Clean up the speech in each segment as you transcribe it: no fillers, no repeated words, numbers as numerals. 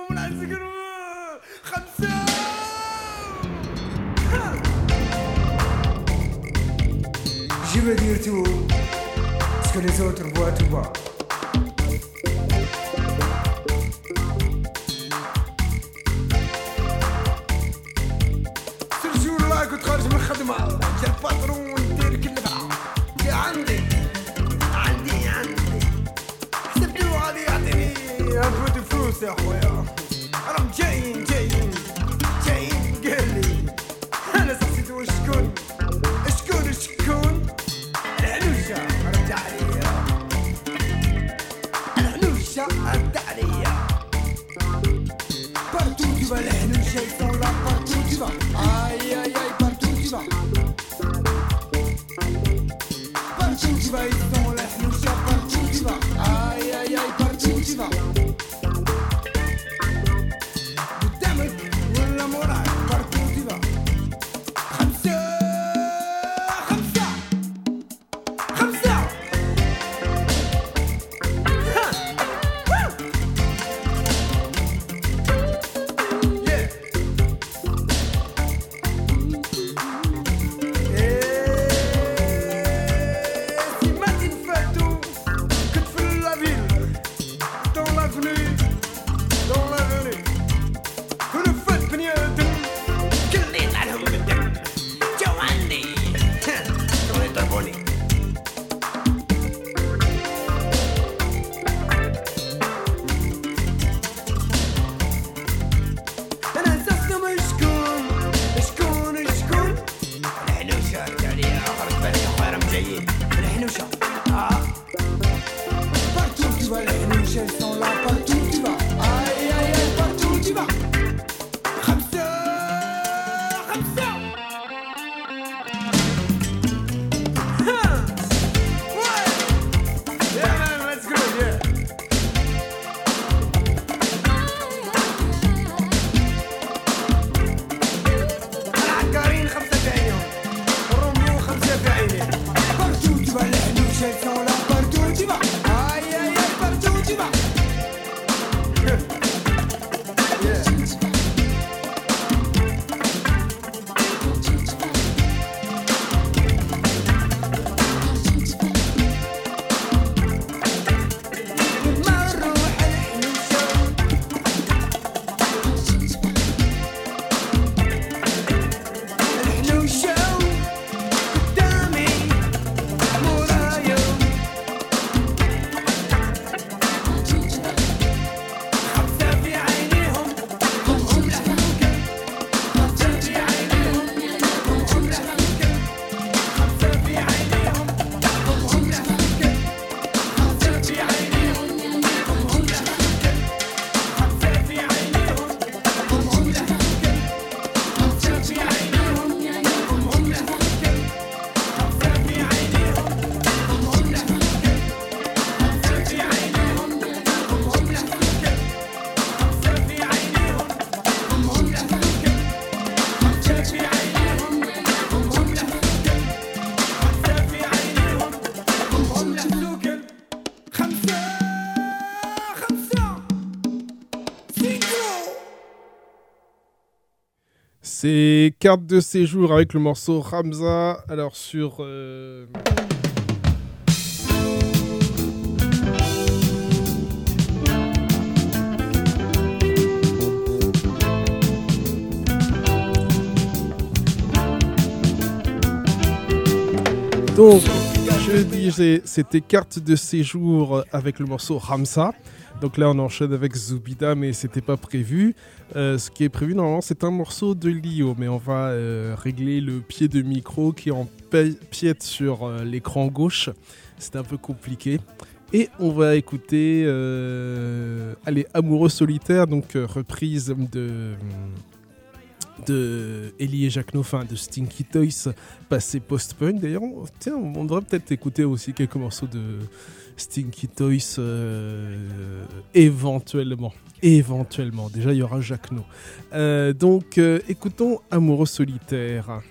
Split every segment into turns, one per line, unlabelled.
Je veux dire tout ce que les autres voient tout bas. C'est le jour-là que تخرج من الخدمة جا الباترون ندير كلفة جا عندي حسبتو غادي يعطيني ان بو دو فلوس يا خويا راهم جايين قال لي انا سقسيتو شكون العنوشة رد عليا partout tu vas les عنوشة ils sont là partout tu vas aïe aïe aïe partout tu vas ils sont là عنوشة partout tu vas aïe aïe aïe partout tu vas قدامك ولا موراك partout tu vas
C'est carte de séjour avec le morceau Ramza. Alors sur... Donc, je disais, c'était carte de séjour avec le morceau Ramza. Donc là, on enchaîne avec Zoubida, mais c'était pas prévu. Ce qui est prévu, normalement, c'est un morceau de Lio, mais on va régler le pied de micro qui empiète sur l'écran gauche. C'est un peu compliqué. Et on va écouter allez, Amoureux solitaire, donc reprise de Elie et Jacquenot, enfin de Stinky Toys, passé post-punk. D'ailleurs, on devrait peut-être écouter aussi quelques morceaux de Stinky Toys éventuellement. Déjà, il y aura Jacquenot. Donc, écoutons Amoureux solitaire.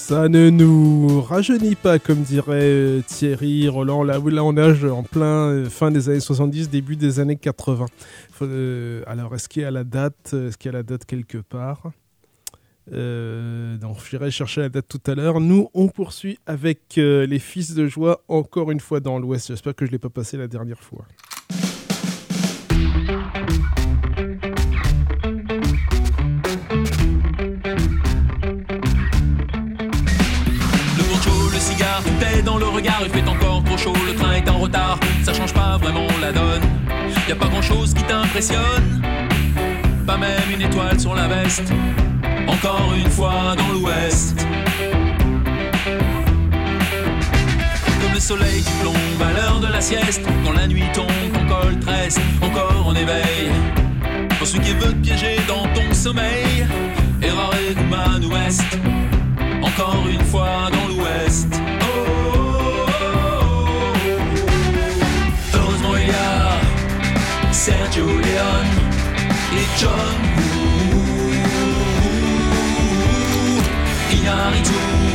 Ça ne nous rajeunit pas, comme dirait Thierry Roland. Là, on nage en plein fin des années 70, début des années 80. Alors, est-ce qu'il y a la date quelque part donc, j'irai chercher la date tout à l'heure. Nous, on poursuit avec les Fils de Joie, encore une fois dans l'Ouest. J'espère que je ne l'ai pas passé la dernière fois.
Tout est dans le regard, il fait encore trop chaud, le train est en retard, ça change pas vraiment la donne. Y a pas grand chose qui t'impressionne, pas même une étoile sur la veste. Encore une fois dans l'Ouest. Comme le soleil qui plombe à l'heure de la sieste, quand la nuit tombe, ton col tresse, encore en éveil. Pour celui qui veut te piéger dans ton sommeil, errare humain ouest. Encore une fois dans l'Ouest. Oh, oh, oh, oh. Heureusement il y a Sergio Leone et John Woo, Iñárritu,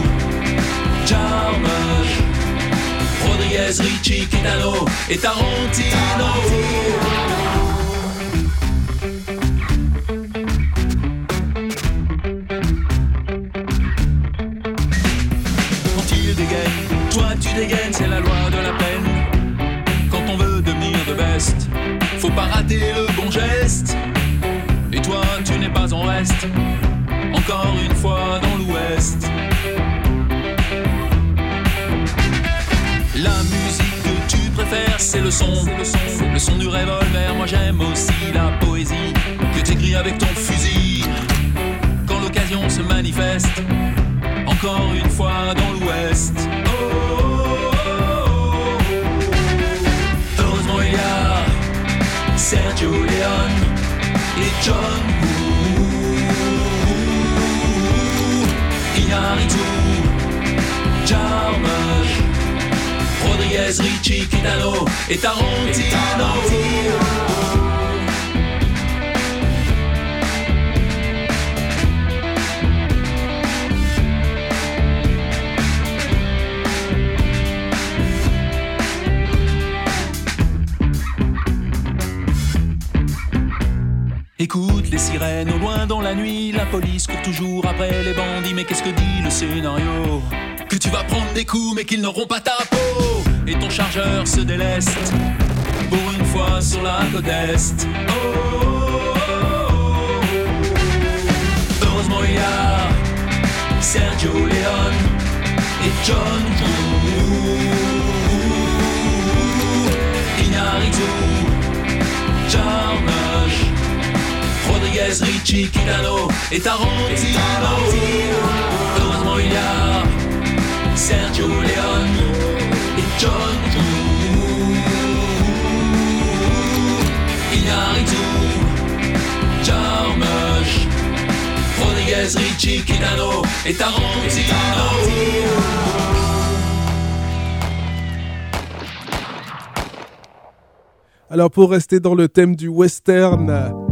Jarmusch, Rodriguez, Ricci, Kitano et Tarantino. Toi tu dégaines, c'est la loi de la peine. Quand on veut devenir the best, faut pas rater le bon geste. Et toi tu n'es pas en reste. Encore une fois dans l'Ouest. La musique que tu préfères, c'est le son du revolver. Moi j'aime aussi la poésie que t'écris avec ton fusil. Quand l'occasion se manifeste. Encore une fois dans l'Ouest. Oh, oh, oh, oh. Heureusement il y a Sergio Leone et John Woo, Iñárritu, Jarmusch, Rodriguez, Ricci, Kitano et Tarantino. Écoute les sirènes au loin dans la nuit, la police court toujours après les bandits. Mais qu'est-ce que dit le scénario? Que tu vas prendre des coups mais qu'ils n'auront pas ta peau. Et ton chargeur se déleste pour une fois sur la côte est. Oh, oh, oh, oh. Heureusement il y a Sergio Leone et John Woo, Iñárritu, Jarmusch, Rodriguez, Ricci, Kitano et Tarantino. Heureusement il y a Sergio Leone et John Woo, Iñárritu, Jarmusch, Rodriguez, Ricci, Kitano et Tarantino.
Alors pour rester dans le thème du western,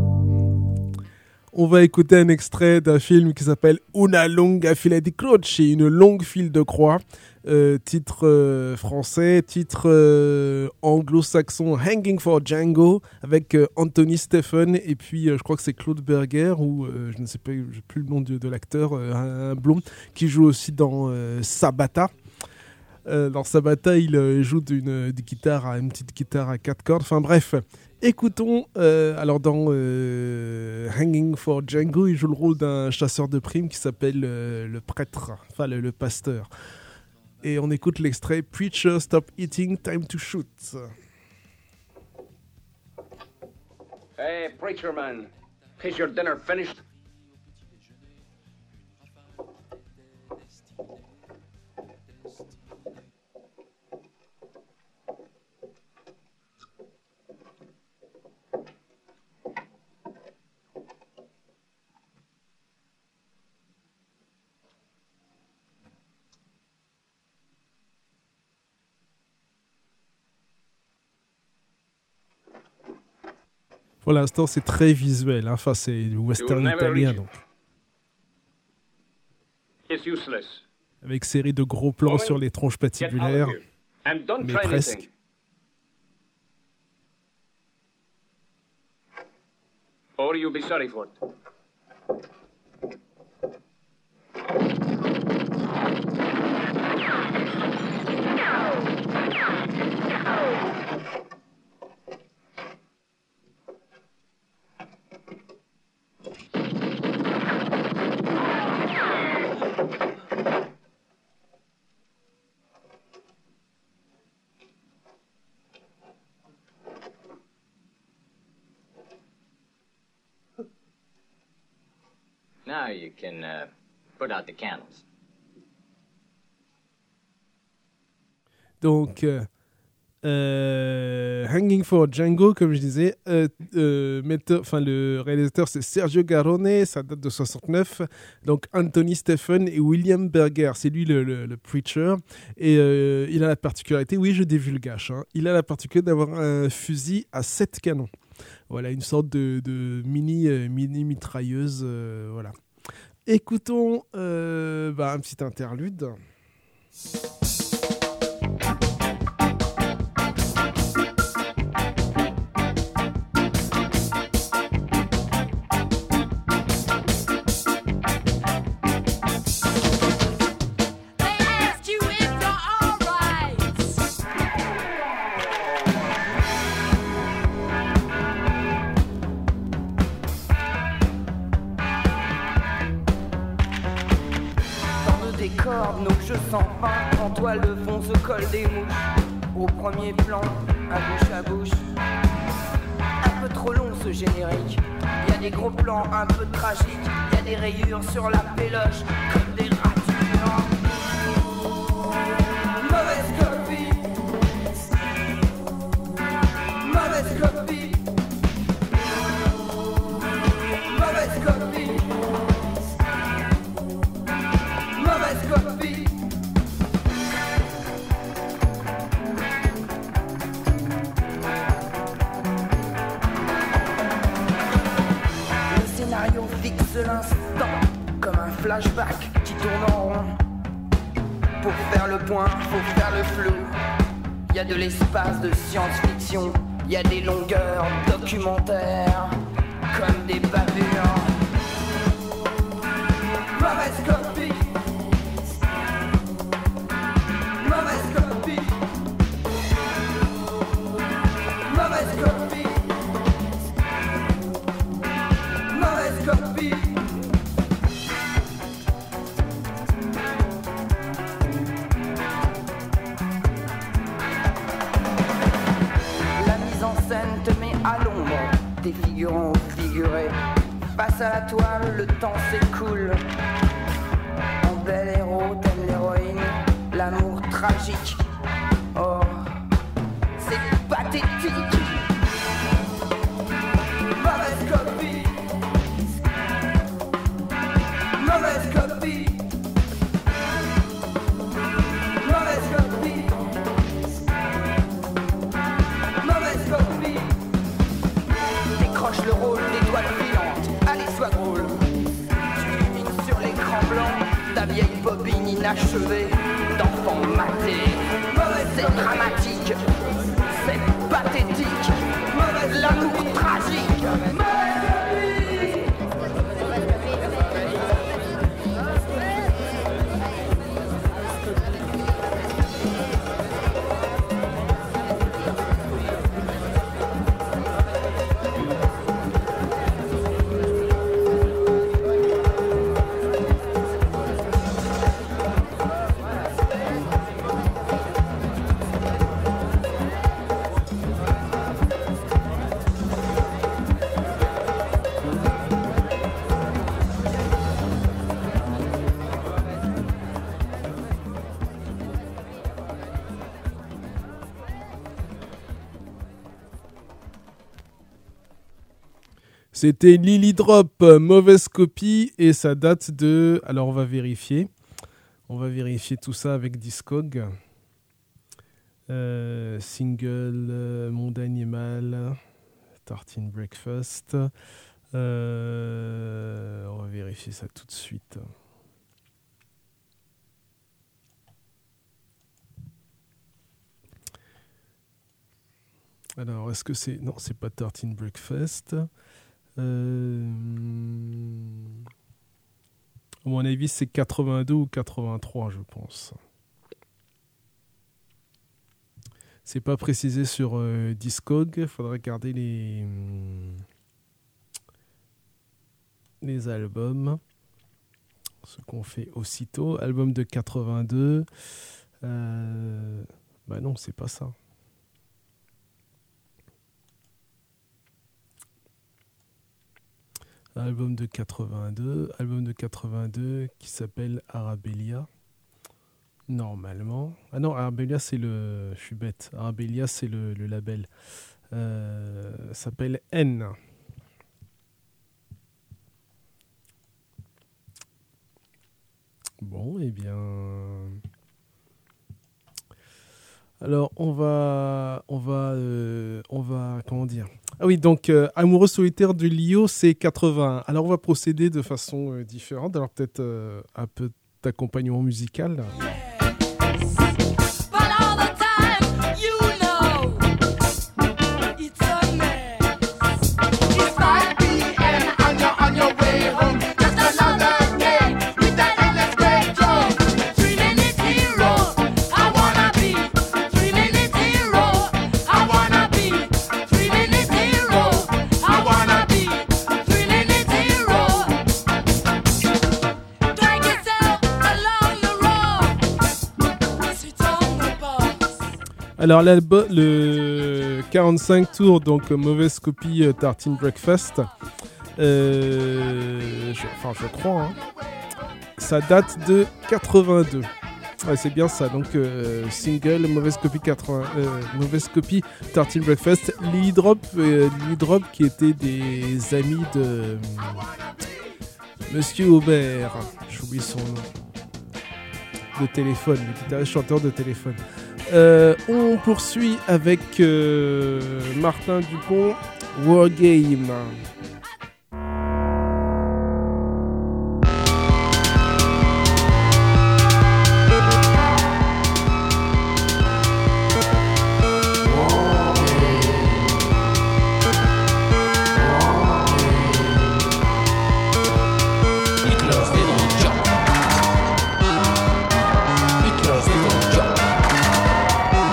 on va écouter un extrait d'un film qui s'appelle Una lunga fila di croce, une longue file de croix. Titre français, titre anglo-saxon Hanging for Django avec Anthony Stephen et puis je crois que c'est Claude Berger ou je ne sais pas, j'ai plus le nom de l'acteur, un blond qui joue aussi dans Sabata. Dans Sabata, il joue une petite guitare à 4 cordes. Enfin bref, écoutons. Alors dans Hanging for Django, il joue le rôle d'un chasseur de primes qui s'appelle le prêtre, enfin le pasteur. Et on écoute l'extrait Preacher, stop eating, time to shoot.
Hey, preacher man, is your dinner finished?
Pour l'instant, c'est très visuel. Hein. Enfin, c'est le western italien. Donc.
It's useless.
avec série de gros plans sur les tronches patibulaires,
And don't
mais
try
presque.
anything. Or you'll be sorry for it.
Now you can put out the candles.
Donc, Hanging for Django, comme je disais, le réalisateur c'est Sergio Garone, ça date de 69. Donc Anthony Stephen et William Berger, c'est lui le preacher. Et il a la particularité, oui je divulgage, hein, il a la particularité d'avoir un fusil à 7 canons. Voilà, une sorte de mini mitrailleuse. Voilà. Écoutons un petit interlude.
Nos jeux sans fin, en toile de fond se collent des mouches. Au premier plan, à bouche, un peu trop long ce générique. Y a des gros plans un peu tragiques, y a des rayures sur la péloche, comme des ratures. Mauvaise copie, mauvaise copie, mauvaise copie. Le scénario fixe l'instant comme un flashback qui tourne en rond. Pour faire le point, faut faire le flou. Il y a de l'espace de science-fiction, il y a des longueurs documentaires comme des bavures. Mauvaise copie. Mauvaise copie. Mauvaise copie. Mauvaise copie. La mise en scène te met à l'ombre, tes figurants figurés. Face à la toile, le temps s'écoule. En bel héros, t'aimes l'héroïne, l'amour tragique. Oh, c'est pathétique. Mauvaise copie. Mauvaise copie. Mauvaise copie. Mauvaise copie. Décroche le rôle d'étoile filante. Allez, sois drôle. Tu illumines sur l'écran blanc ta vieille bobine inachevée d'enfant maté. C'est dramatique, c'est pathétique, l'amour tragique.
C'était Lily Drop, mauvaise copie, et ça date de... Alors on va vérifier. On va vérifier tout ça avec Discog. Single, Monde Animal, Tartine Breakfast. On va vérifier ça tout de suite. Alors, est-ce que c'est... Non, c'est pas 13 Breakfast. À mon avis, c'est 82 ou 83, je pense. C'est pas précisé sur Discog. Il faudrait regarder les albums. Ce qu'on fait aussitôt. Album de 82. Bah non, c'est pas ça. Album de 82 qui s'appelle Arabella. Normalement. Ah non, Arabella c'est le... Je suis bête. Arabella c'est le label. S'appelle N. Bon, eh bien... Alors, on va, comment dire? Ah oui, donc, Amoureux solitaire de Lio, c'est 81. Alors, on va procéder de façon différente. Alors, peut-être un peu d'accompagnement musical. Alors, le 45 tours, donc mauvaise copie 13 Breakfast, je crois, hein, ça date de 82. Ouais, c'est bien ça, donc single, mauvaise copie 13 Breakfast, Lily Drop qui était des amis de Monsieur Aubert, j'oublie son nom, de téléphone, le guitariste chanteur de téléphone. On poursuit avec Martin Dupont, Wargame.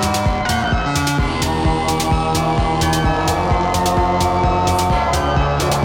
Hitler,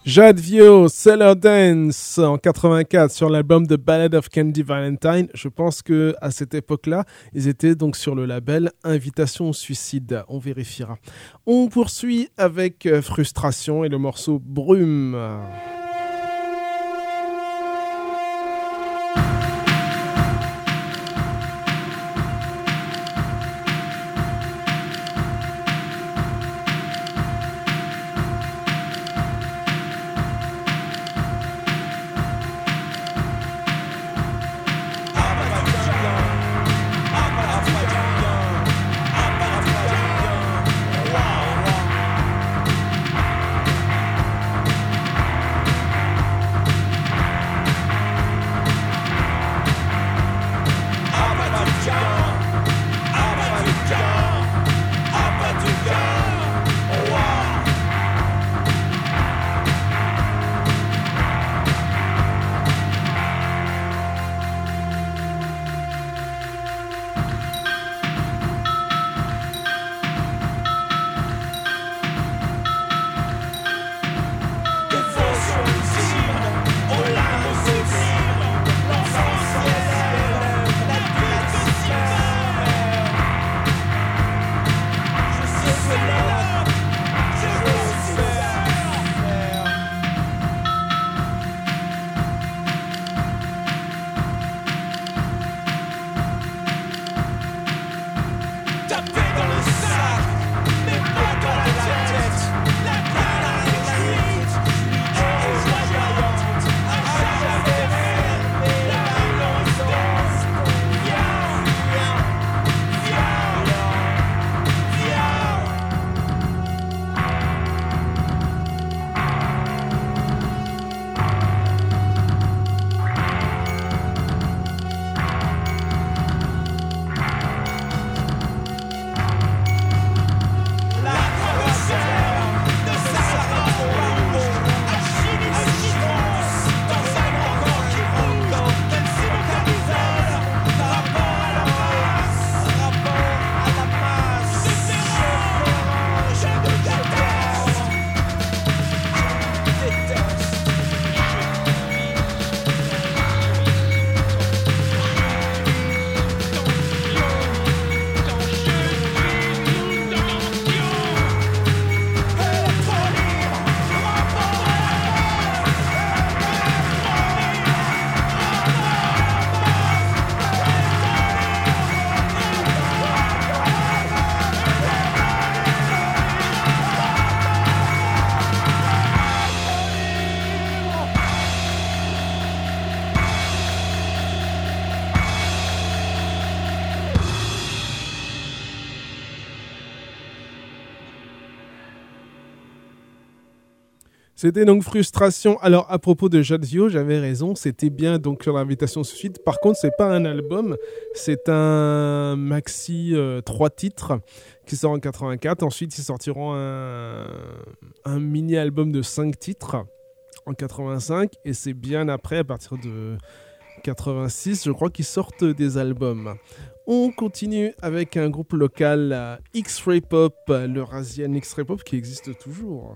Jade Vio, Cellar Dance en 84 sur l'album The Ballad of Candy Valentine. Je pense que à cette époque-là, ils étaient donc sur le label Invitation au suicide. On vérifiera. On poursuit avec Frustration et le morceau Brume. C'était donc Frustration. Alors, à propos de Jade Vio, j'avais raison, c'était bien donc sur l'Invitation au suicide. Par contre, c'est pas un album, c'est un maxi 3 titres qui sort en 84. Ensuite, ils sortiront un mini-album de 5 titres en 85. Et c'est bien après, à partir de 86, je crois qu'ils sortent des albums. On continue avec un groupe local, X-Ray Pop, l'Eurasian X-Ray Pop, qui existe toujours.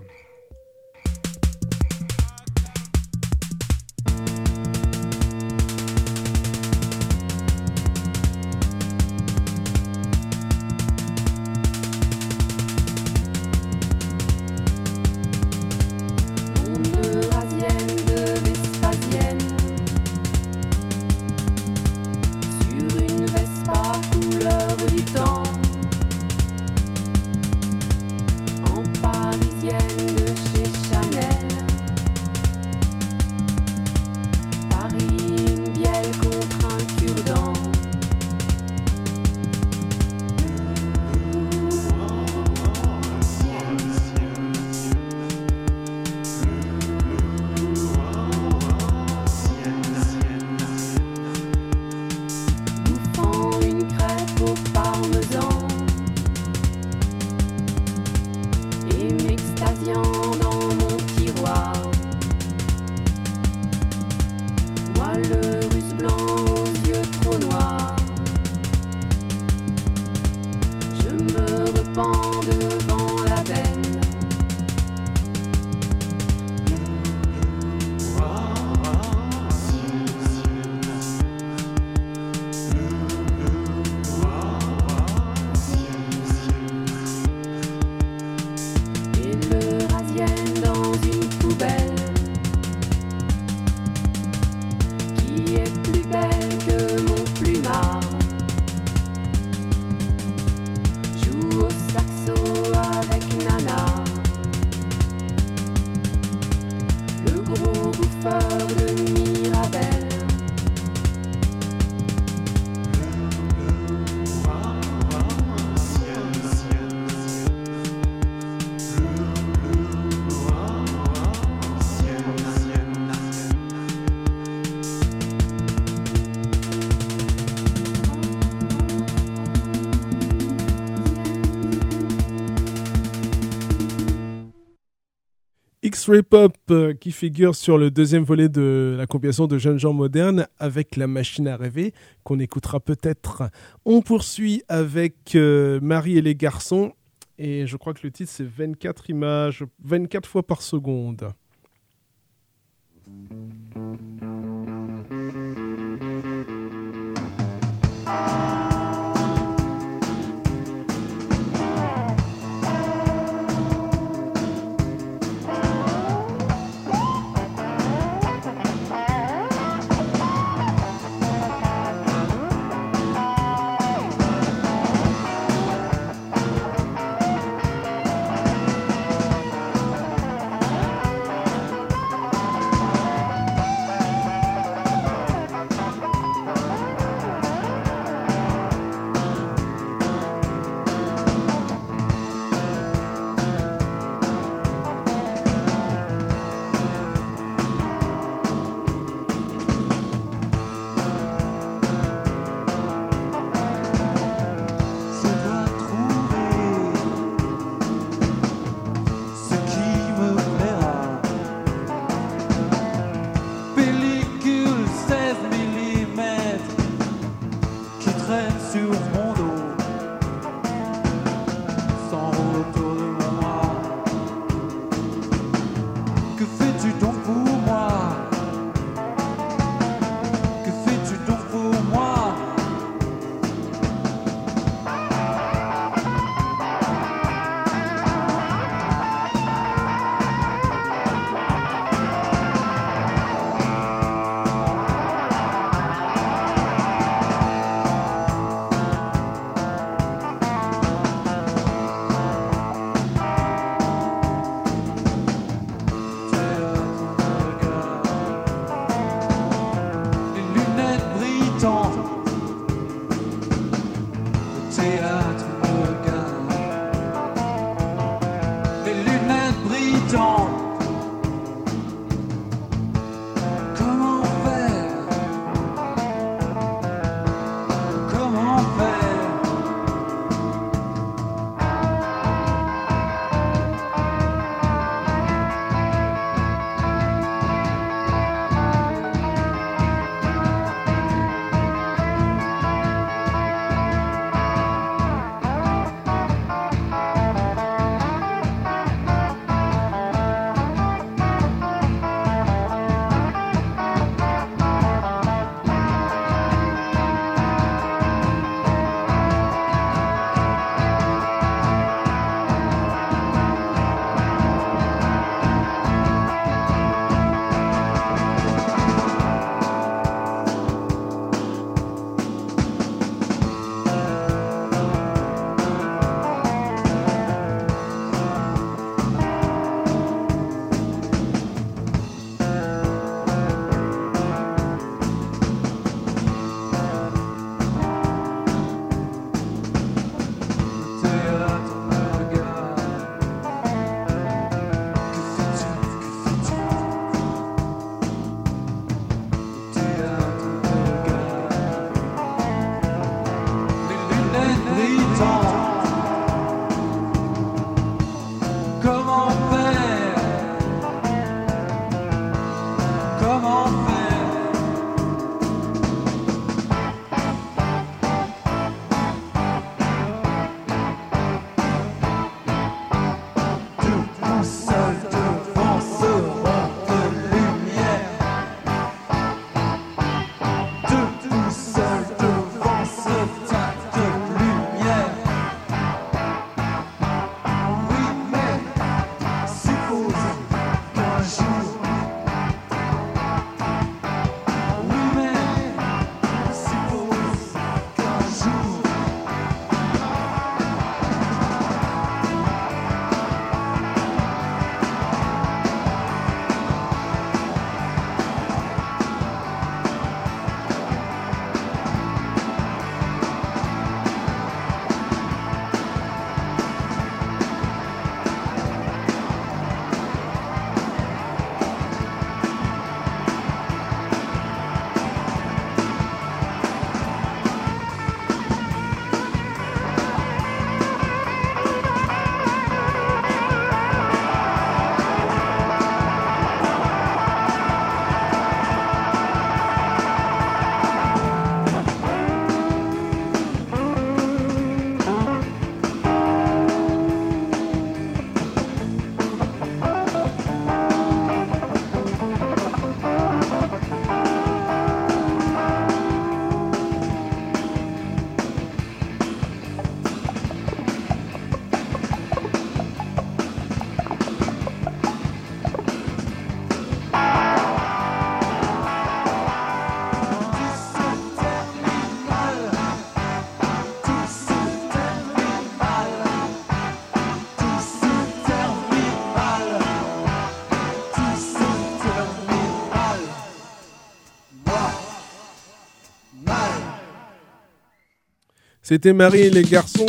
Devant la veine.
X-Ray Pop qui figure sur le deuxième volet de la compilation de Jeunes gens modernes avec La machine à rêver qu'on écoutera peut-être. On poursuit avec Marie et les garçons et je crois que le titre c'est 24 images, 24 fois par seconde. C'était Marie et les garçons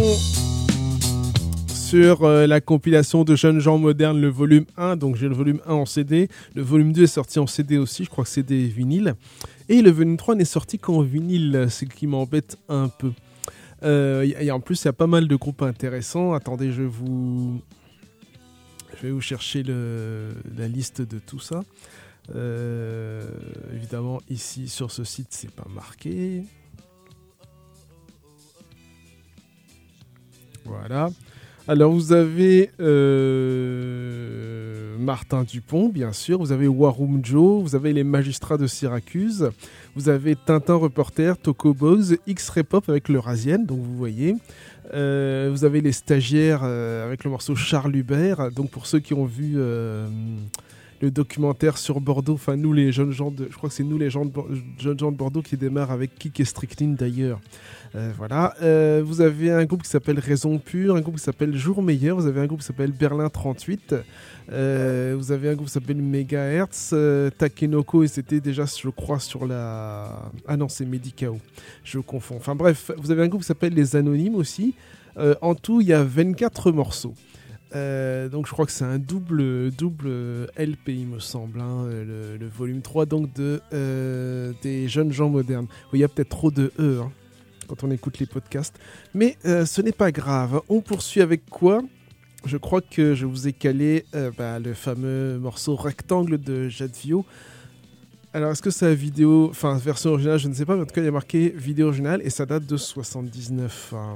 sur la compilation de Jeunes gens modernes, le volume 1. Donc j'ai le volume 1 en CD. Le volume 2 est sorti en CD aussi, je crois que CD et vinyle. Et le volume 3 n'est sorti qu'en vinyle, ce qui m'embête un peu. Et en plus, il y a pas mal de groupes intéressants. Attendez, je vais vous chercher la liste de tout ça. Évidemment, ici, sur ce site, c'est pas marqué. Voilà. Alors, vous avez Martin Dupont, bien sûr. Vous avez Warum Joe. Vous avez les Magistrats de Syracuse. Vous avez Tintin Reporter, Toco Boys, X-Ray-Pop avec le Razienne, donc vous voyez. Vous avez les Stagiaires avec le morceau Charles Hubert. Donc pour ceux qui ont vu le documentaire sur Bordeaux, enfin nous les jeunes gens je crois que c'est nous les jeunes gens de Bordeaux qui démarrent avec Kik et Strychnine d'ailleurs. Voilà. Vous avez un groupe qui s'appelle Raison Pure, un groupe qui s'appelle Jour Meilleur, vous avez un groupe qui s'appelle Berlin 38, vous avez un groupe qui s'appelle Megahertz, Takenoko, et c'était déjà je crois sur la... Ah non, c'est Medicao, je confonds. Enfin bref, vous avez un groupe qui s'appelle Les Anonymes aussi. En tout, il y a 24 morceaux. Donc je crois que c'est un double LP il me semble, hein, le volume 3 donc des Jeunes gens modernes. Il y a peut-être trop de E hein, quand on écoute les podcasts, mais ce n'est pas grave. On poursuit avec quoi ? Je crois que je vous ai calé le fameux morceau Rectangle de Jadvio. Alors est-ce que c'est la vidéo, enfin version originale, je ne sais pas, mais en tout cas il y a marqué vidéo originale et ça date de 79. Hein.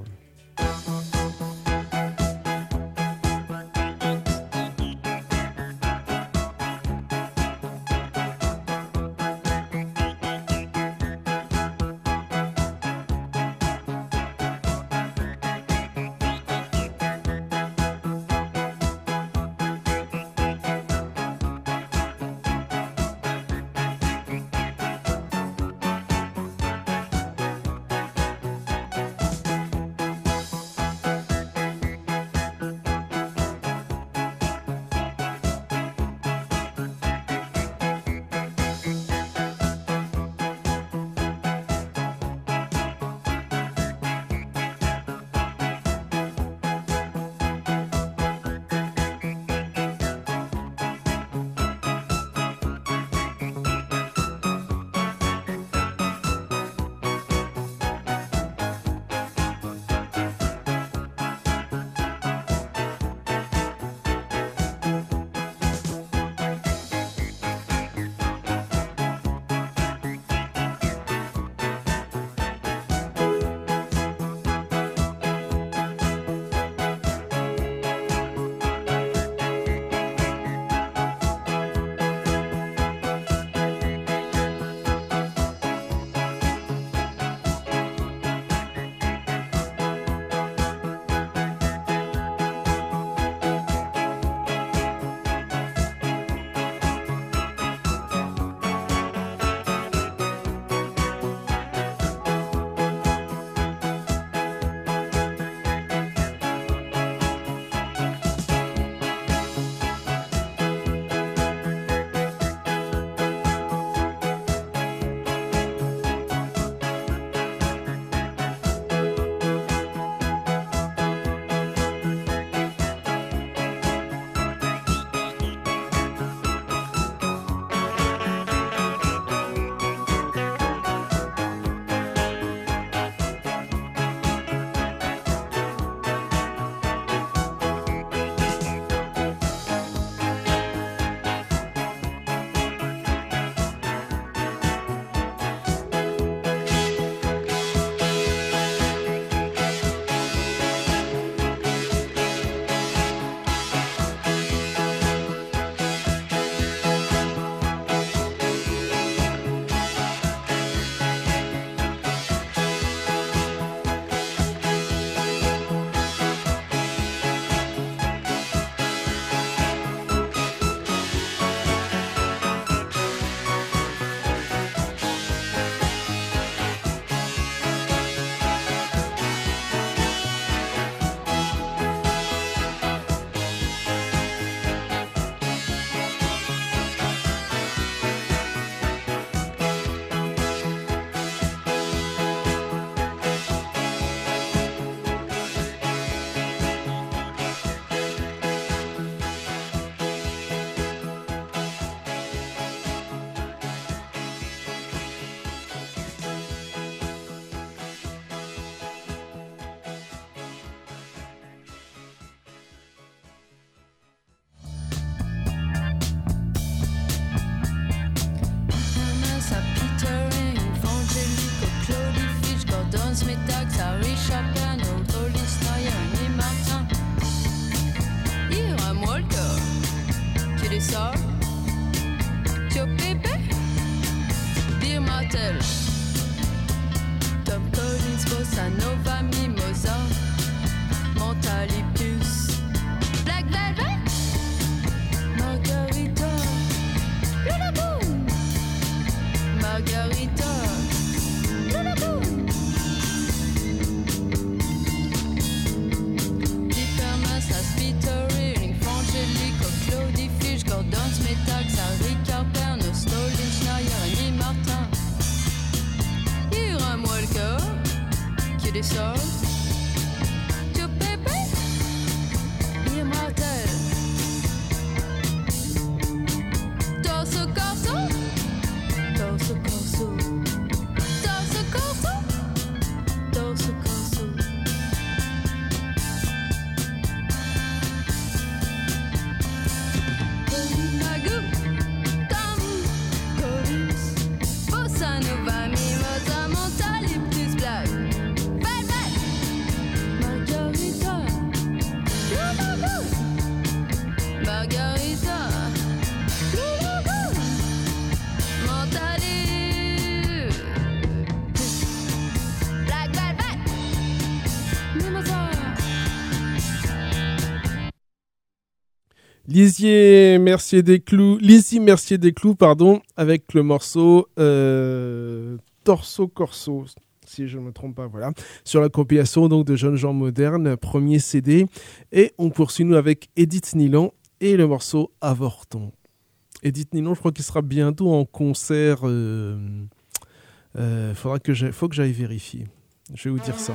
bossa nova, mimosa, mentalitus, black velvet, margarita, Luna Boom, margarita, Luna Boom, Dippermas, Aspitory, Ringfangelic, Claudie Fisch, Gordon Smetax, Harry Carper, Nostolin, Schneier, Annie Martin. Moi le cœur qui descend tu pépé immortel torse corso torse corso torse corso torse corso Magou Tam Coris Bossa Nova Mimosa Montaliptus Black Velvet Margarita Loulou Margarita Loulou Montaliptus Black Velvet Mimosa.
Lizzie Mercier des Clous, pardon, avec le morceau Torso Corso, si je ne me trompe pas, voilà, sur la compilation donc de Jeunes gens modernes, premier CD, et on poursuit nous avec Edith Nilan et le morceau Avorton. Edith Nilan, je crois qu'il sera bientôt en concert. Faut que j'aille vérifier. Je vais vous dire ça.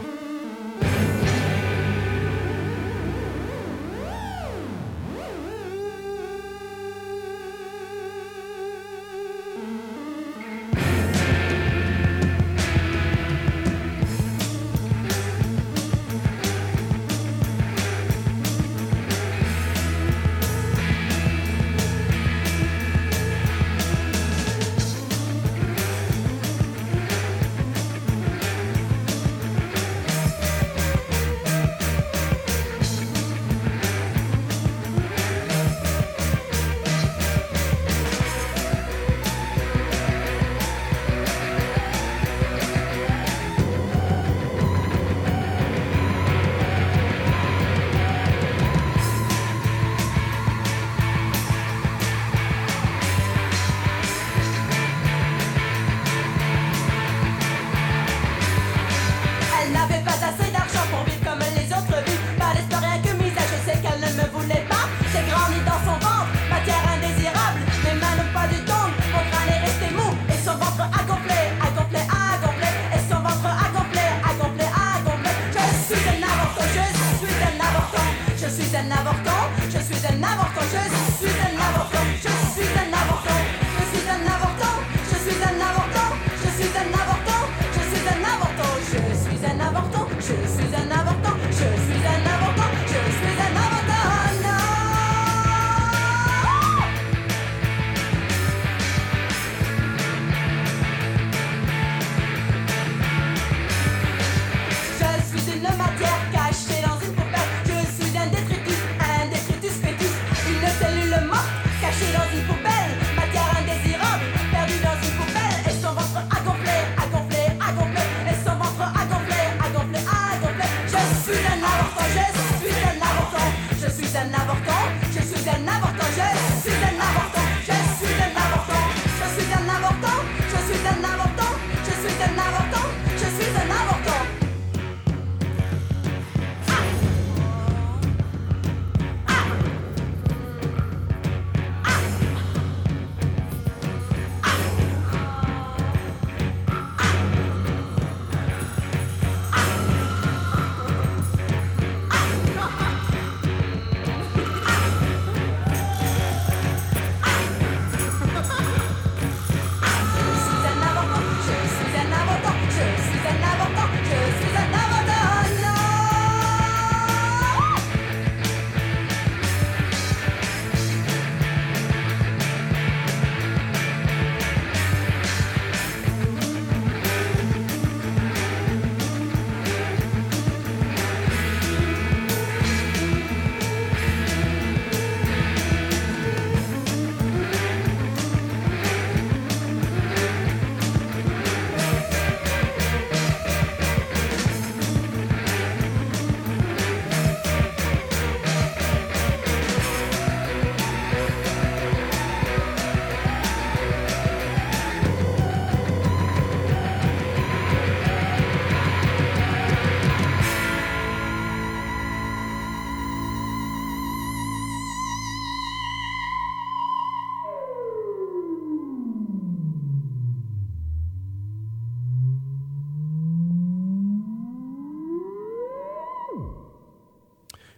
Je suis une matière cachée dans une poubelle. Je suis un détritus, un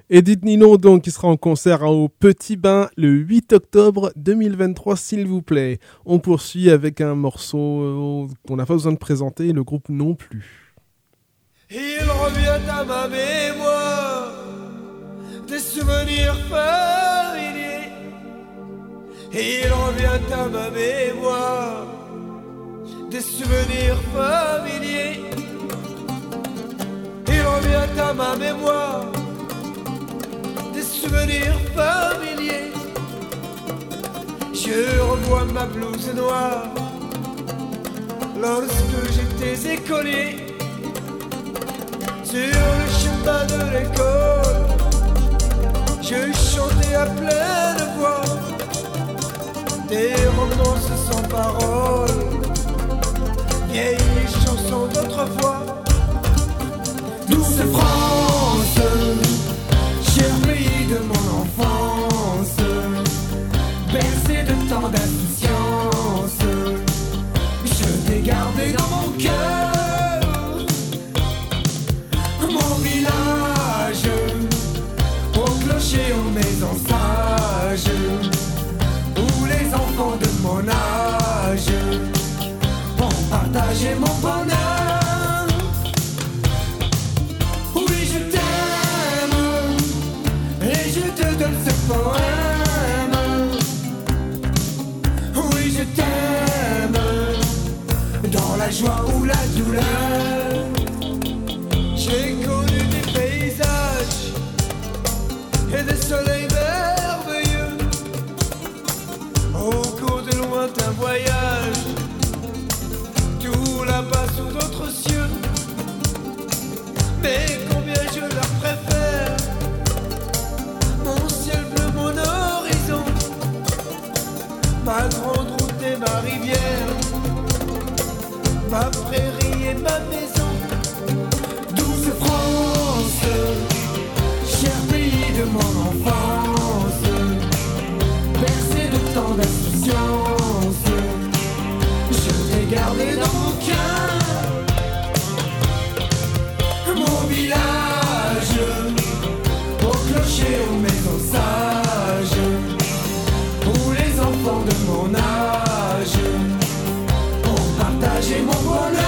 Edith Nino, donc, qui sera en concert au Petit Bain le 8 octobre 2023, s'il vous plaît. On poursuit avec un morceau qu'on n'a pas besoin de présenter, le groupe non plus.
Il revient à ma mémoire des souvenirs familiers. Il revient à ma mémoire des souvenirs familiers. Il revient à ma mémoire des souvenirs familiers. Je revois ma blouse noire lorsque j'étais écolier. Sur le chemin de l'école, je chantais à pleine voix des romances sans paroles, vieilles chansons d'autrefois. Douce France, cher pays de mon enfance, bercé de tant d'insouciance, je t'ai gardé dans mon cœur. Mon village, au clocher, aux maisons sages, où les enfants de mon âge ont partagé mon bonheur. Oui, je t'aime, et je te donne ce poème. Oui, je t'aime, dans la joie ou la douleur. J'ai connu des paysages et des soleils merveilleux au cours de lointains voyages, tout là-bas sous d'autres cieux. Mais combien je leur préfère mon ciel bleu, mon horizon, ma grande route et ma rivière, ma prairie et ma maison. Douce France, cher pays de mon enfance, bercé de tant d'insouciance, je t'ai gardé dans mon cœur. Mon village, au clocher, aux maisons sages, où les enfants de mon âge ont partagé mon bonheur.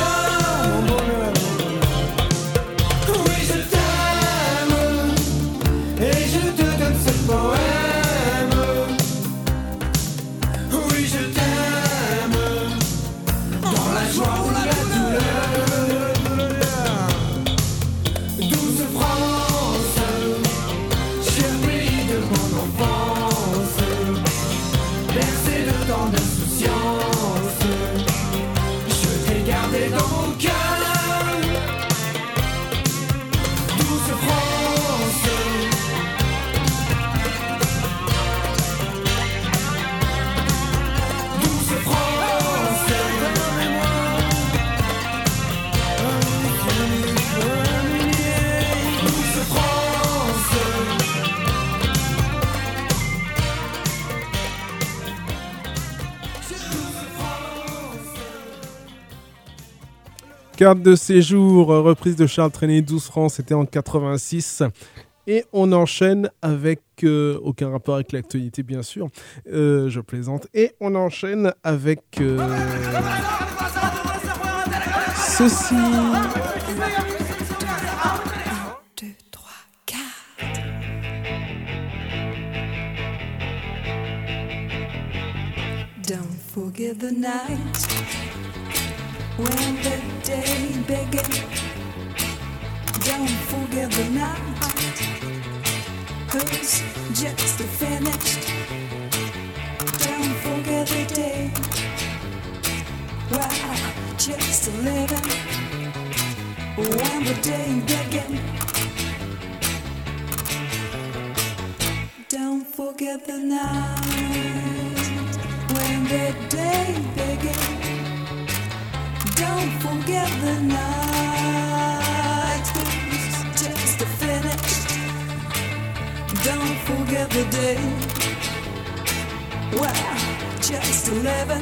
Carte de séjour, reprise de Charles Trenet, 12 francs, c'était en 86. Et on enchaîne avec, aucun rapport avec l'actualité bien sûr, je plaisante, et on enchaîne avec ceci.
2, 3, 4. Don't forget the night when the day began. Don't forget the night, 'cause just finished. Don't forget the day, well, just living when the day began. Don't forget the night when the day began. Don't forget the night, it's just finished. Don't forget the day, well, just 11.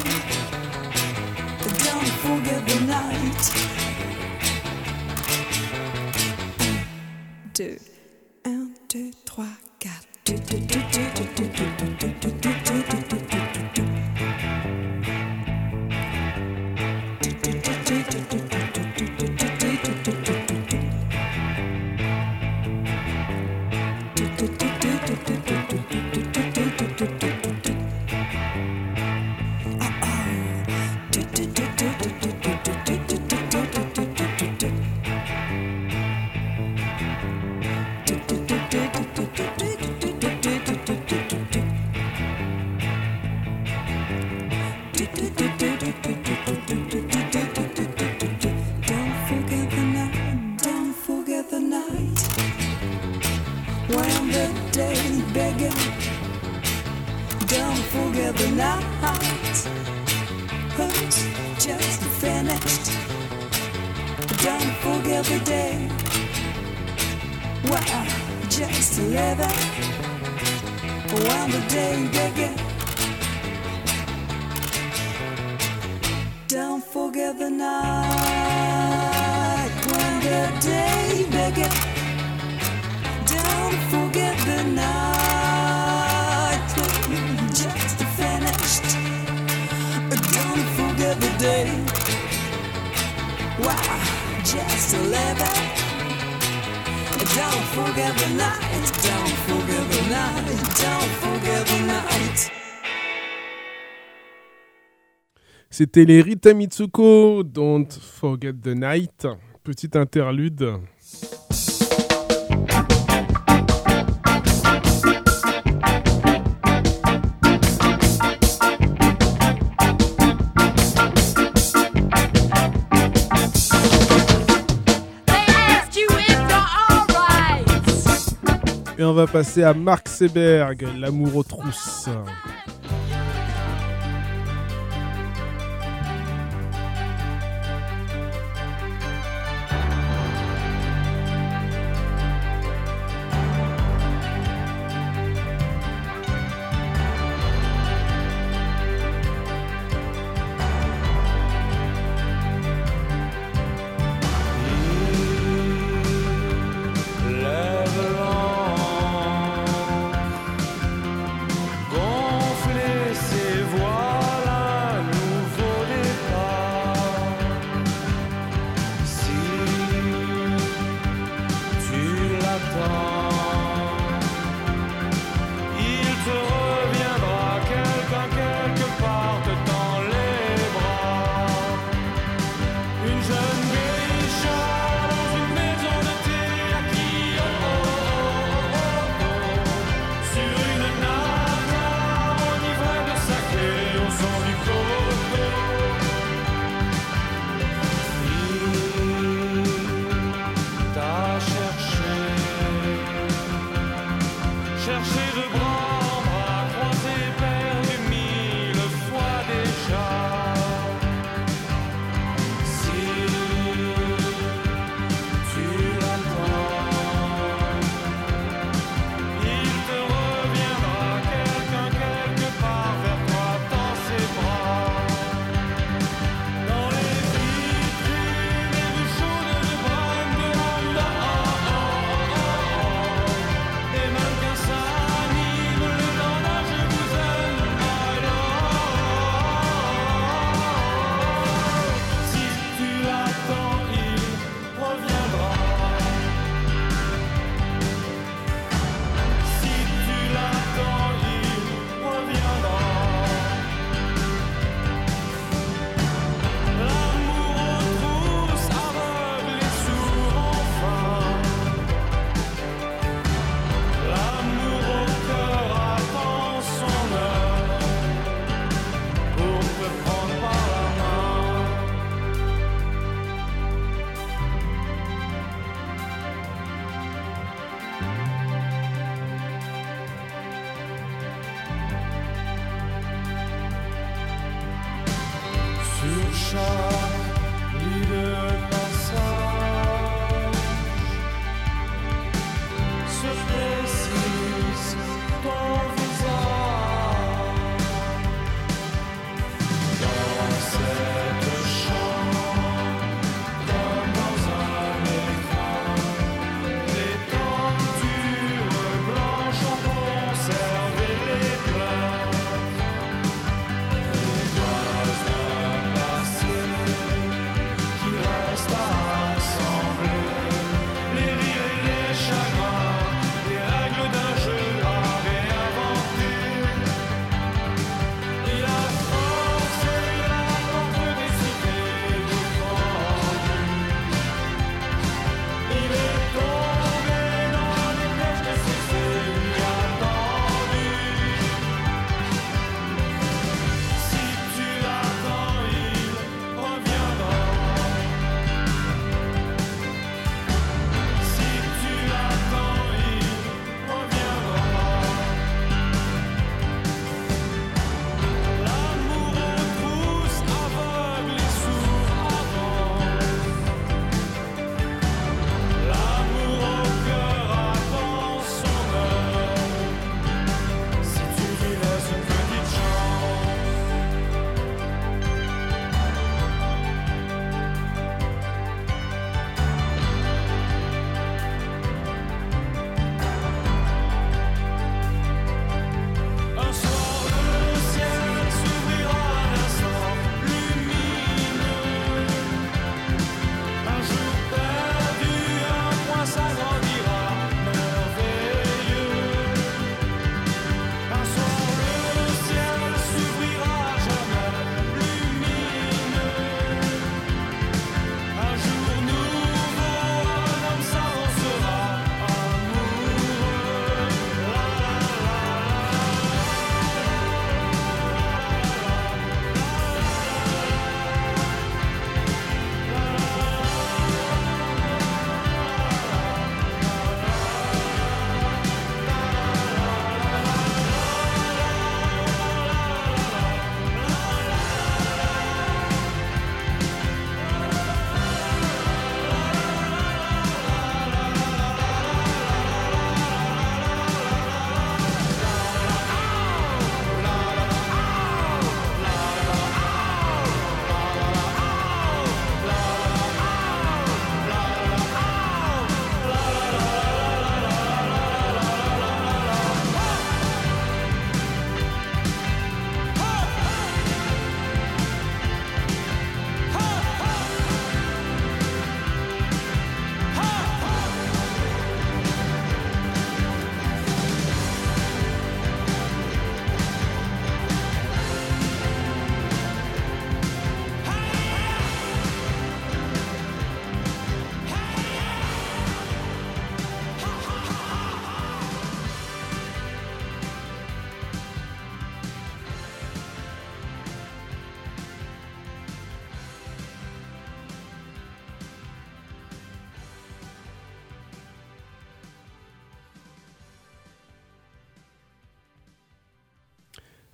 Don't forget the night. 1, 2, 1, 2. 2, 3, 4.
C'était les Rita Mitsuko, Don't Forget the Night. Petite interlude. Et on va passer à Mark Seberg, L'amour aux trousses.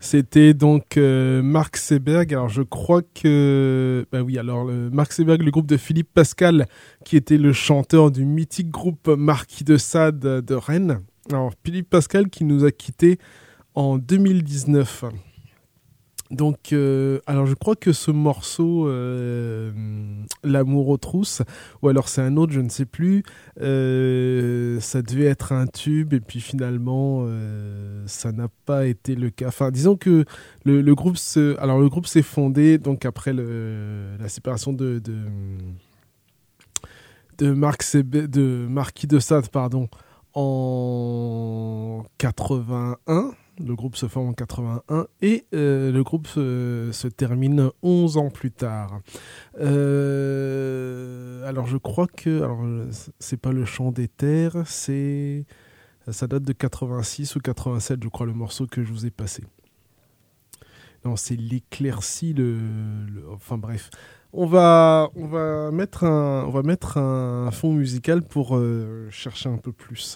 C'était donc Mark Seberg. Alors je crois que... Bah oui, alors Mark Seberg, le groupe de Philippe Pascal, qui était le chanteur du mythique groupe Marquis de Sade de Rennes. Alors Philippe Pascal qui nous a quittés en 2019. Donc, alors je crois que ce morceau, L'amour aux trousses, ou alors c'est un autre, je ne sais plus, ça devait être un tube et puis finalement ça n'a pas été le cas. Enfin, disons que le groupe s'est fondé donc après la séparation de Marquis de Sade, pardon, en 81. Le groupe se forme en 81 et le groupe se termine 11 ans plus tard. Alors je crois que... Alors c'est pas le chant des terres, ça date de 86 ou 87, je crois, le morceau que je vous ai passé. Non, c'est l'éclaircie, enfin bref. On va mettre un fond musical pour chercher un peu plus.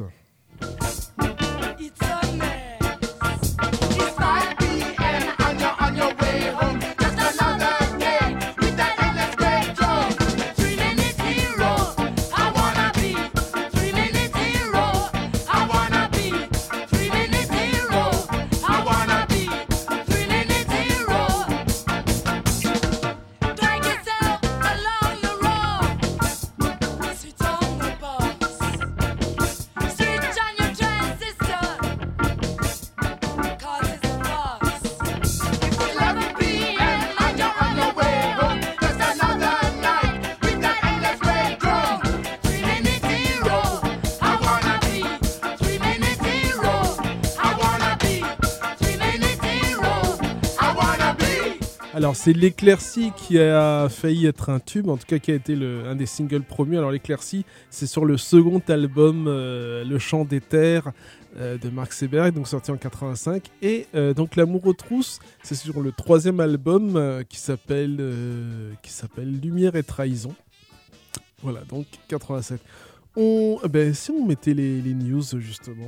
Alors c'est l'éclaircie qui a failli être un tube, en tout cas qui a été un des singles promus. Alors l'éclaircie, c'est sur le second album Le Chant des Terres de Mark Seberg, donc sorti en 85. Et donc L'amour aux trousses, c'est sur le troisième album qui s'appelle Lumière et Trahison. Voilà, donc 87. Si on mettait les news justement.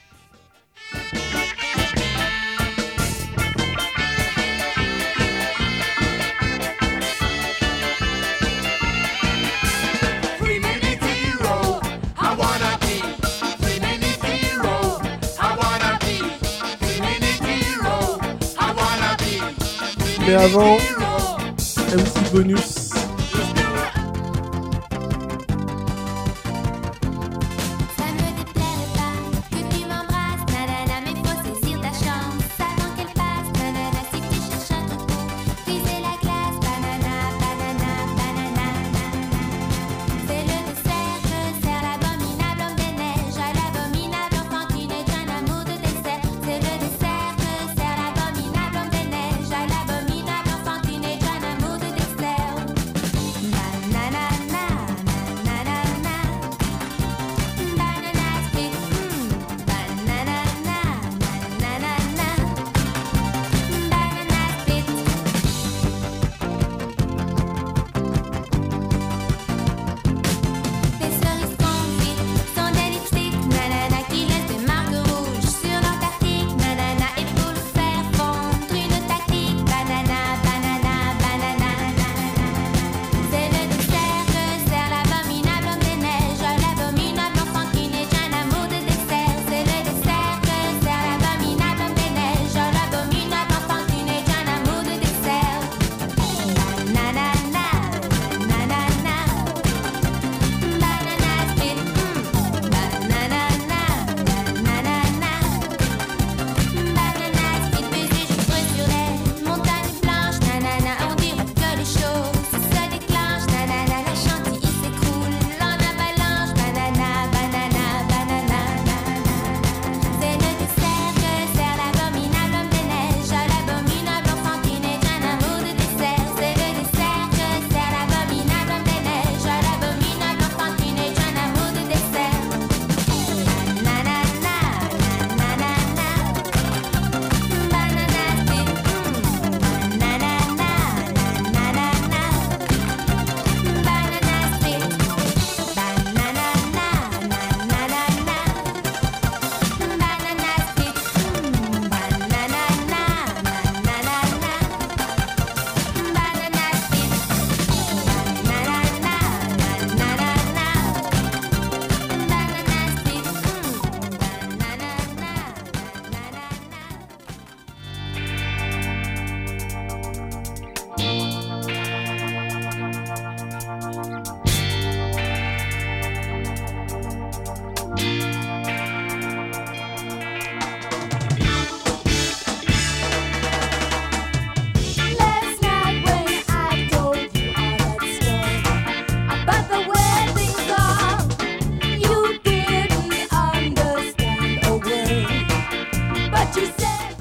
Mais avant, un petit bonus.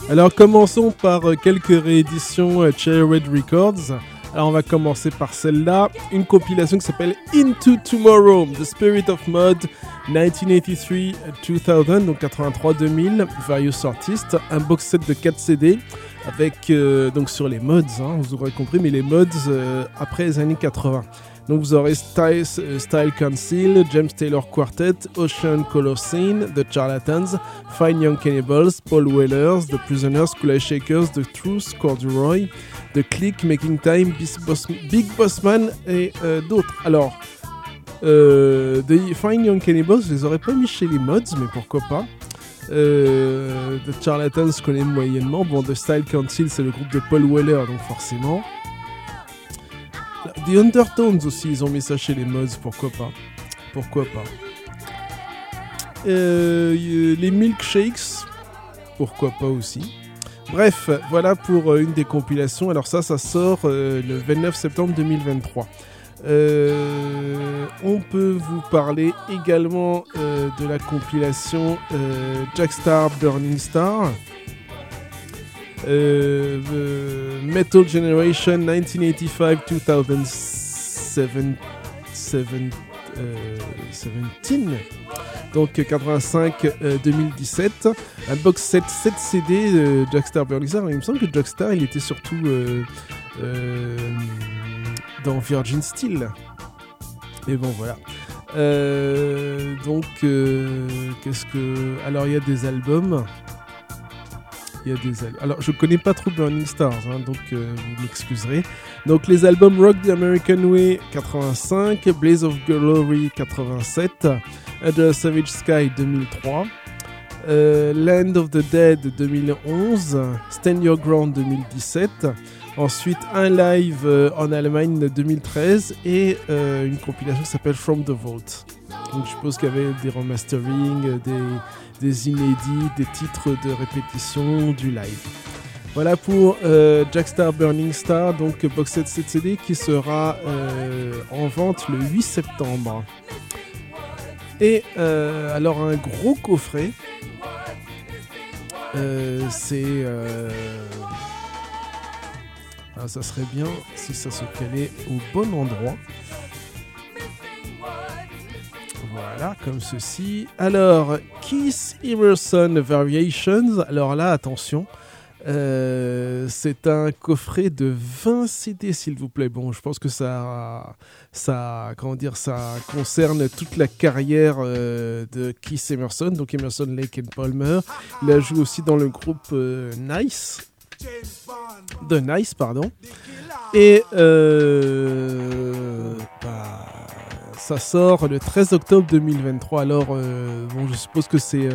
Alors commençons par quelques rééditions Cherry Red Records. Alors on va commencer par celle-là, une compilation qui s'appelle Into Tomorrow, The Spirit of Mod, 1983-2000, donc 83-2000, Various Artists, un box set de 4 CD avec donc sur les mods, hein, vous aurez compris, mais les mods après les années 80. Donc vous aurez Style Council, James Taylor Quartet, Ocean Colossine, The Charlatans, Fine Young Cannibals, Paul Wellers, The Prisoners, Kool-Aid Shakers, The Truth, Corduroy, The Click, Making Time, Big Boss Man et d'autres. Alors, The Fine Young Cannibals, je les aurais pas mis chez les mods, mais pourquoi pas. The Charlatans, je connais moyennement. Bon, The Style Council, c'est le groupe de Paul Weller, donc forcément. The Undertones aussi, ils ont mis ça chez les mods, pourquoi pas. Les Milkshakes, pourquoi pas aussi. Bref, voilà pour une des compilations. Alors ça sort le 29 septembre 2023. On peut vous parler également de la compilation Jackstar Burning Star. Metal Generation 1985-2017, donc 85-2017, un box set 7 CD Jackstar Burning Star. Il me semble que Jackstar il était surtout dans Virgin Steel. Et bon voilà. Alors il y a des albums. Alors, je connais pas trop Burning Stars, hein, donc vous m'excuserez. Donc, les albums Rock the American Way 85, Blaze of Glory 87, Under a Savage Sky 2003, Land of the Dead 2011, Stand Your Ground 2017, ensuite un live en Allemagne 2013 et une compilation qui s'appelle From the Vault. Donc, je suppose qu'il y avait des remastering, des inédits, des titres de répétition, du live. Voilà pour Jackstar Burning Star, donc box set CD qui sera en vente le 8 septembre. Et alors un gros coffret, ça serait bien si ça se calait au bon endroit. Voilà, comme ceci. Alors, Keith Emerson Variations. Alors là, attention. C'est un coffret de 20 CD, s'il vous plaît. Bon, je pense que ça concerne toute la carrière de Keith Emerson. Donc, Emerson, Lake and Palmer. Il a joué aussi dans le groupe Nice. Et ça sort le 13 octobre 2023. Alors, je suppose que c'est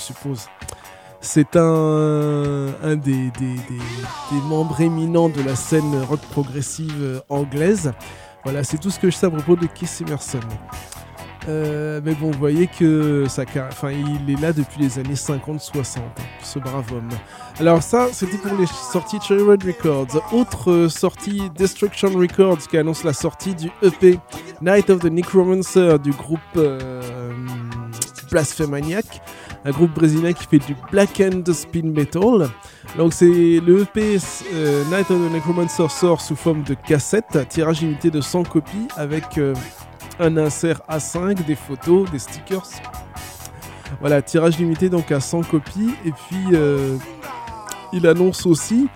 un des membres éminents de la scène rock progressive anglaise. Voilà, c'est tout ce que je sais à propos de Keith Emerson. Mais bon, vous voyez que il est là depuis les années 50-60, ce brave homme. Alors ça, c'était pour les sorties Cherry Red Records. Autre sortie, Destruction Records, qui annonce la sortie du EP Night of the Necromancer du groupe Blasphemaniac, un groupe brésilien qui fait du black and spin metal. Donc c'est le EP Night of the Necromancer sort sous forme de cassette, tirage limité de 100 copies avec un insert A5, des photos, des stickers. Voilà, tirage limité donc à 100 copies. Et puis il annonce aussi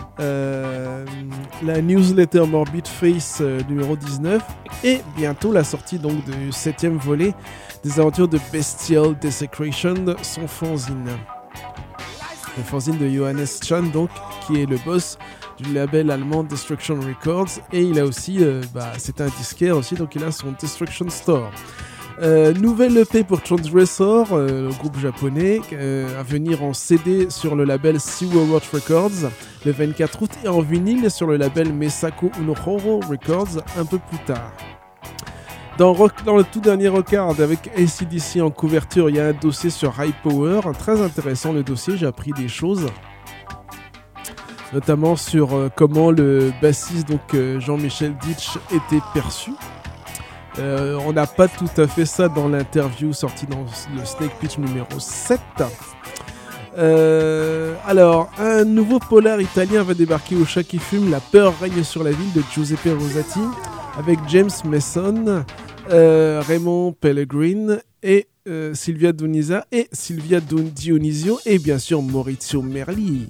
la newsletter Morbid Face numéro 19 et bientôt la sortie donc du 7e volet des aventures de Bestial Desecration, son fanzine. Le fanzine de Johannes Chan, donc, qui est le boss du label allemand Destruction Records, et il a aussi, c'est un disquaire aussi, donc il a son Destruction Store. Nouvelle EP pour Transgressor, le groupe japonais, à venir en CD sur le label Sewer Watch Records le 24 août et en vinyle sur le label Mesako Unohoro Records un peu plus tard. Dans le tout dernier Rockard avec AC/DC en couverture, il y a un dossier sur High Power, très intéressant le dossier, j'ai appris des choses. Notamment sur comment le bassiste donc Jean-Michel Ditch était perçu. On n'a pas tout à fait ça dans l'interview sortie dans le Snake Pitch numéro 7. Alors, un nouveau polar italien va débarquer au Chat qui fume. La peur règne sur la ville de Giuseppe Rosati avec James Mason, Raymond Pellegrin et Silvia Dionisa et Silvia Dionisio et bien sûr Maurizio Merli.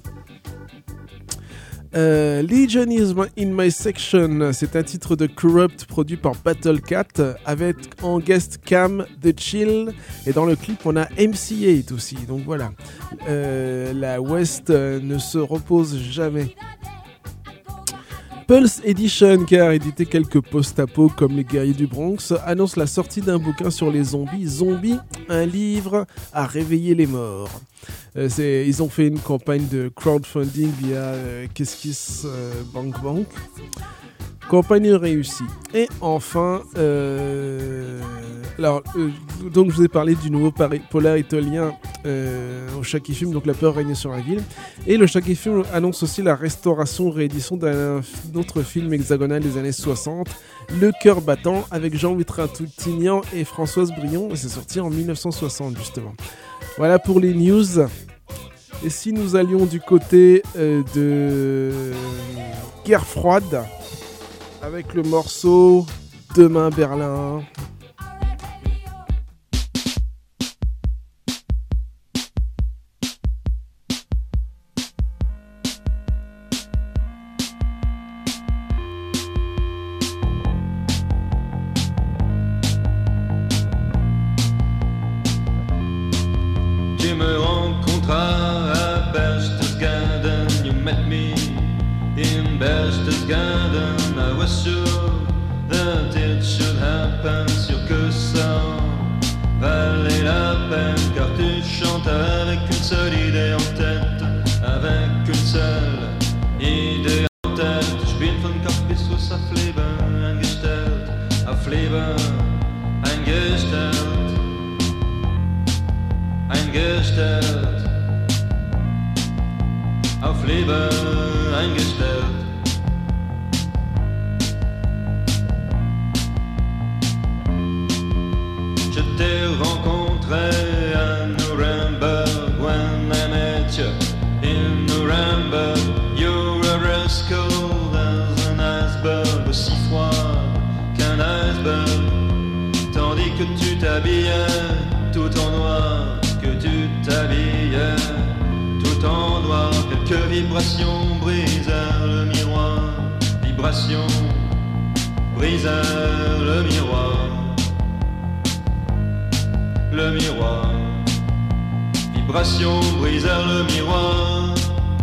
Legion is in my section, c'est un titre de Corrupt produit par Battle Cat avec en guest Cam The Chill et dans le clip on a MC8 aussi, donc voilà. La West ne se repose jamais. Pulse Edition, qui a édité quelques post-apo comme Les Guerriers du Bronx, annonce la sortie d'un bouquin sur les zombies. Zombie, un livre à réveiller les morts. Ils ont fait une campagne de crowdfunding via KissKiss Bank Bank. Campagne réussie. Et enfin, donc je vous ai parlé du nouveau polar italien au Chat qui fume, donc la peur règne sur la ville. Et le Chat qui fume annonce aussi la restauration-réédition d'un autre film hexagonal des années 60, Le Cœur battant, avec Jean-Louis Trintignant et Françoise Brion. Et c'est sorti en 1960 justement. Voilà pour les news. Et si nous allions du côté de Guerre froide, avec le morceau Demain Berlin.
Tu me rencontras à Berchtesgaden, you met me in Berchtesgaden. I was sure that it should happen, sûr que ça valait la peine, car tu chantes avec une seule idée en tête, avec une seule idée en tête. Ich bin von Kapisus auf Leben eingestellt, auf Leben eingestellt, eingestellt, auf Leben eingestellt. Je t'ai rencontré à Nuremberg when I met you in Nuremberg. You were as cold as an iceberg, aussi froid qu'un iceberg, tandis que tu t'habillais tout en noir, que tu t'habillais tout en noir. Quelques vibrations brisèrent le miroir, vibrations brisèrent le miroir. Le miroir, vibrations brisèrent le miroir.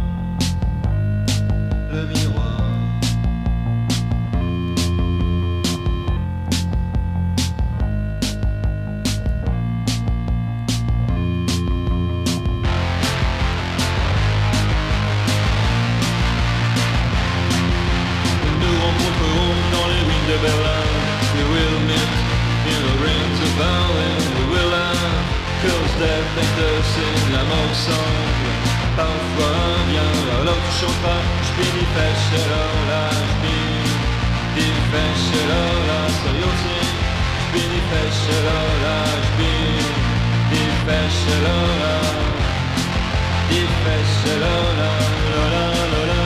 Le miroir. Nous rencontrerons dans les ruines de Berlin. We will meet in the rings of Berlin. We will laugh, cause death and us in la mort ensemble. Parfois bien, alors tu chanteras. J'bin die Fächerola, j'bin die Fächerola, soll ich singen? J'bin die Fächerola, j'bin die Fächerola, die Fächerola, la la la la.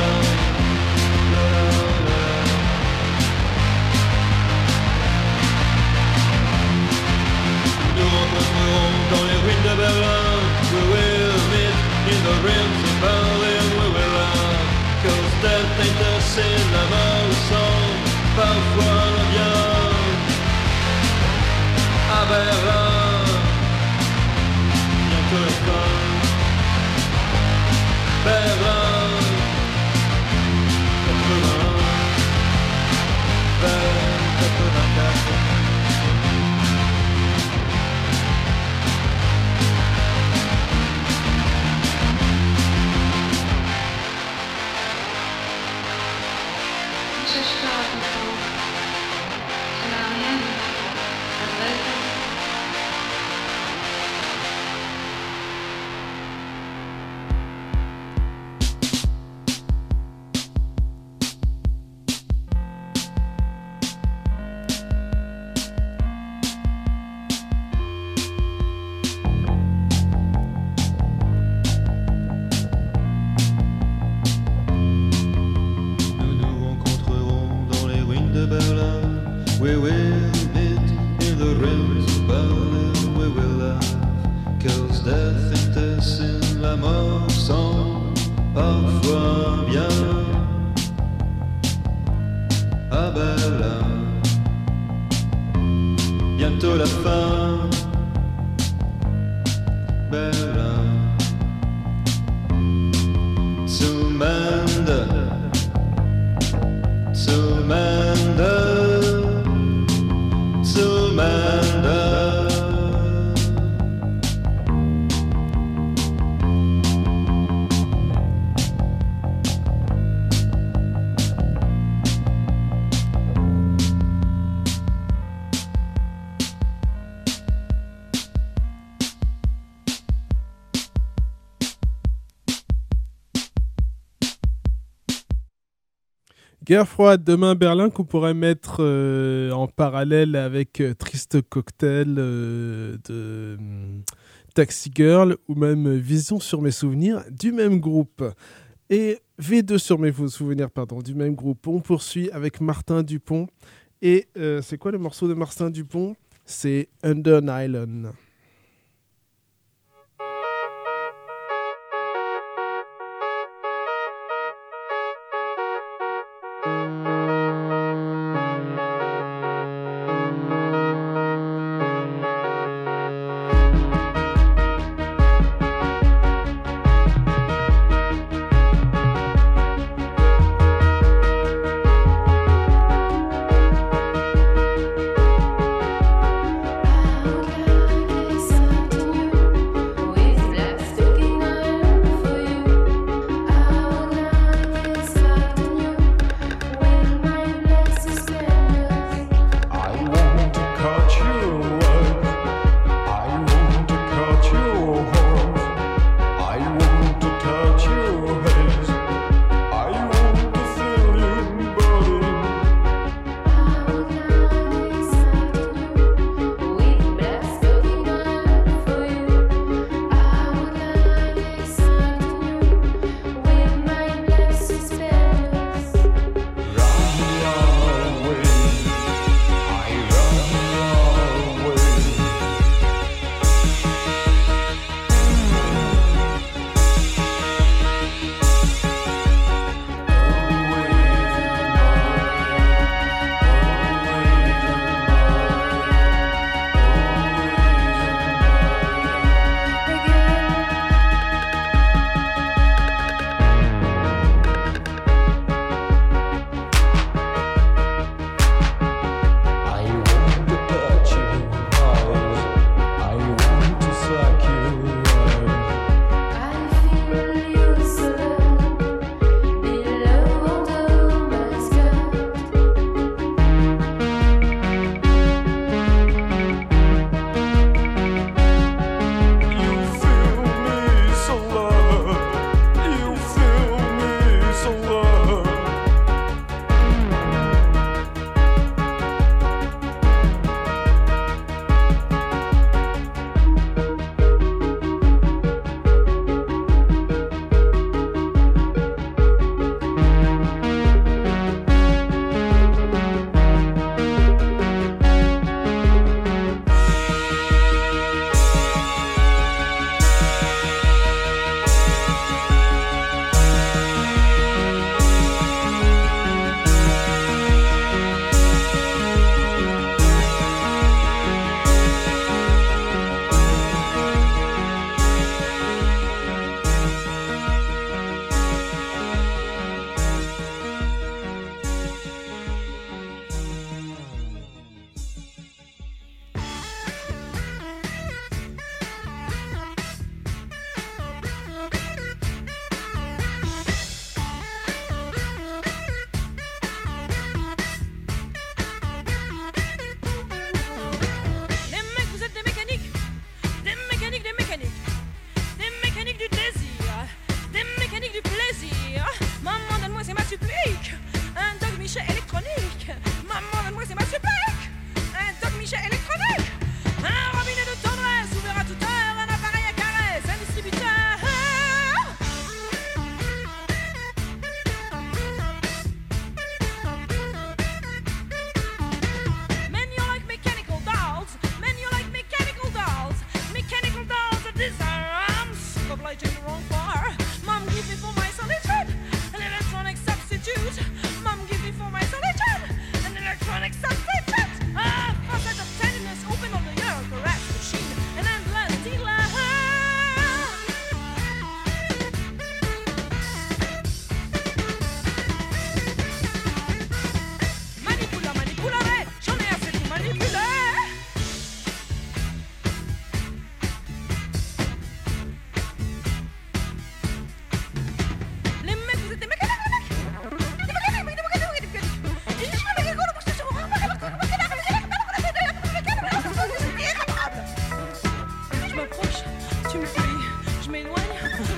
Nous rencontrerons dans les ruines de Berlin. We will meet in the rims of Berlin. We will laugh, cause death ain't the sin. La mort ensemble, parfois le bien. À Berlin, bientôt la fin. Berlin, 80, vers 84. parfois bien à Berlin. Bientôt la fin, Berlin. Zumende, Zumende, Zumende.
Guerre froide, demain Berlin, qu'on pourrait mettre en parallèle avec Triste Cocktail de Taxi Girl ou même Vision sur mes souvenirs du même groupe. Et V2 sur mes souvenirs, pardon, du même groupe. On poursuit avec Martin Dupont. Et c'est quoi le morceau de Martin Dupont ? C'est Under Nylon.
Okay.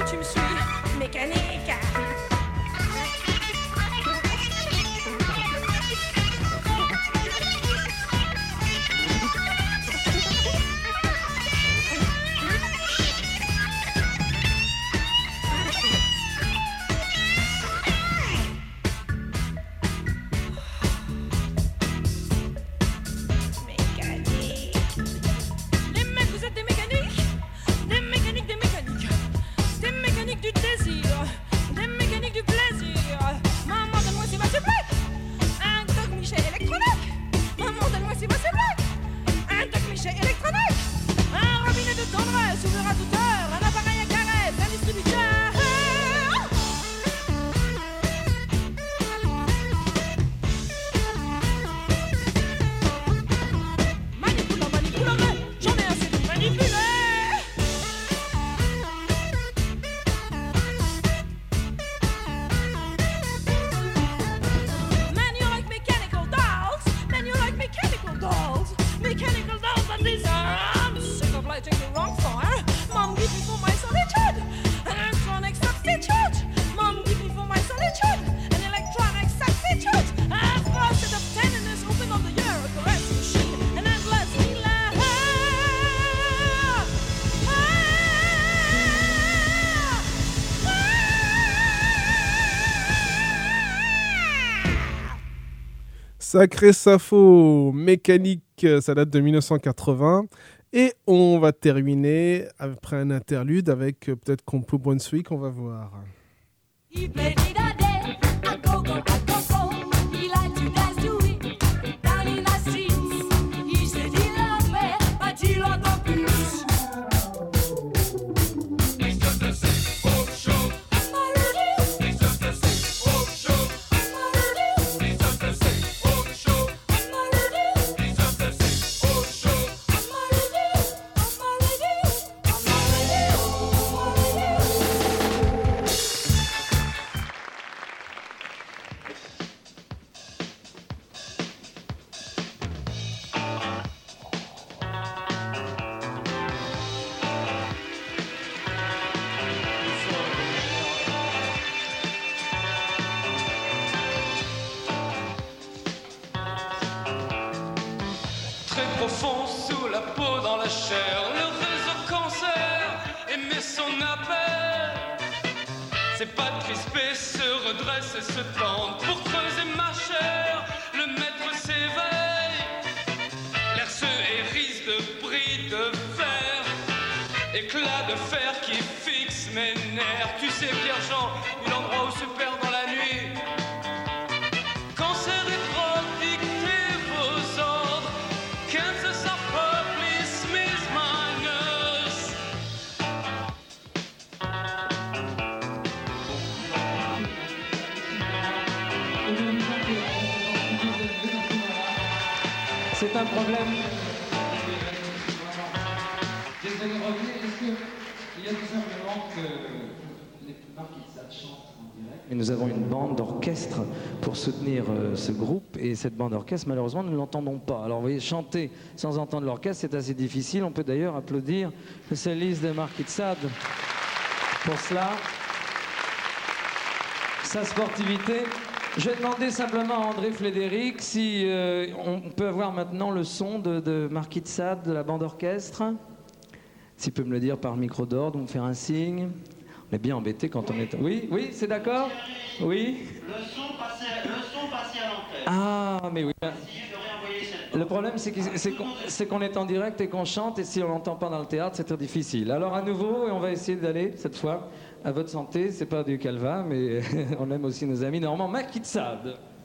tu me suis, mécanique.
Sacré Sappho, mécanique, ça date de 1980. Et on va terminer après un interlude avec peut-être Compo Brunswick, on va voir.
C'est un problème. Désolé, revenez. Est-ce qu'il y a tout simplement que les Marquis chantent en direct? Et nous avons une bande d'orchestre pour soutenir ce groupe. Et cette bande d'orchestre, malheureusement, nous ne l'entendons pas. Alors, vous voyez, chanter sans entendre l'orchestre, c'est assez difficile. On peut d'ailleurs applaudir le soliste de Marquis de Sade pour cela. Sa sportivité. Je vais demander simplement à André Flédéric si on peut avoir maintenant le son de Marquis de Sade, de la bande orchestre. S'il peut me le dire par micro d'ordre, me faire un signe. On est bien embêté quand on est... Oui, oui, c'est d'accord? Oui.
Le son passé à l'antenne.
Ah, mais oui. Le problème, c'est qu'on est en direct et qu'on chante, et si on l'entend pas dans le théâtre, c'est très difficile. Alors à nouveau, on va essayer d'aller, cette fois, à votre santé. C'est pas du calva, mais on aime aussi nos amis normands. Marquis de Sade.